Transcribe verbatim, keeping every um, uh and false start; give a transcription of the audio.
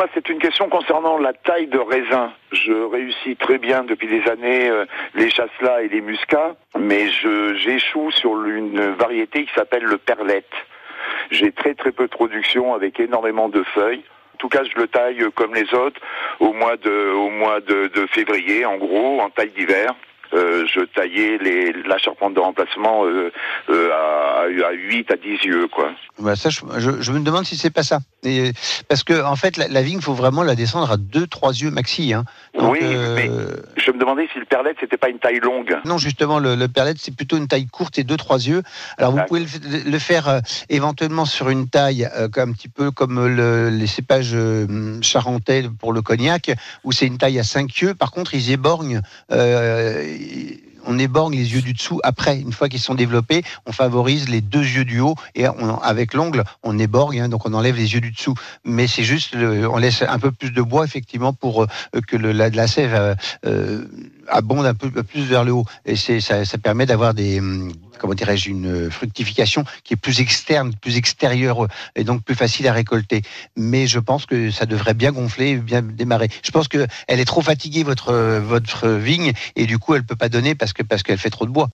moi, c'est une question concernant la taille de raisin. Je réussis très bien depuis des années euh, les chasselas et les muscats, mais je, j'échoue sur une variété qui s'appelle le perlette. J'ai très très peu de production avec énormément de feuilles. En tout cas, je le taille comme les autres au mois de, au mois de, de février, en gros, en taille d'hiver. Euh, je taillais les, la charpente de remplacement euh, euh, à, à huit à dix yeux, quoi. Bah ça, je, je, je me demande si c'est pas ça. Et, parce que en fait, la, la vigne, faut vraiment la descendre à deux trois yeux maxi. Hein. Donc, oui, euh... mais je me demandais si le perlette, c'était pas une taille longue. Non, justement, le, le perlette, c'est plutôt une taille courte et deux trois yeux. Alors, vous D'accord. pouvez le, le faire euh, éventuellement sur une taille euh, un petit peu comme le, les cépages euh, charentais pour le cognac, où c'est une taille à cinq yeux. Par contre, ils éborgnent. Euh, on éborgne les yeux du dessous après. Une fois qu'ils sont développés, on favorise les deux yeux du haut et on, avec l'ongle, on éborgne, hein, donc on enlève les yeux du dessous. Mais c'est juste, le, on laisse un peu plus de bois effectivement pour euh, que le, la, la sève euh, abonde un peu plus vers le haut. Et c'est, ça, ça permet d'avoir des, comment dirais-je, une fructification qui est plus externe, plus extérieure et donc plus facile à récolter. Mais je pense que ça devrait bien gonfler, bien démarrer. Je pense que elle est trop fatiguée votre votre vigne et du coup elle peut pas donner parce que parce qu'elle fait trop de bois.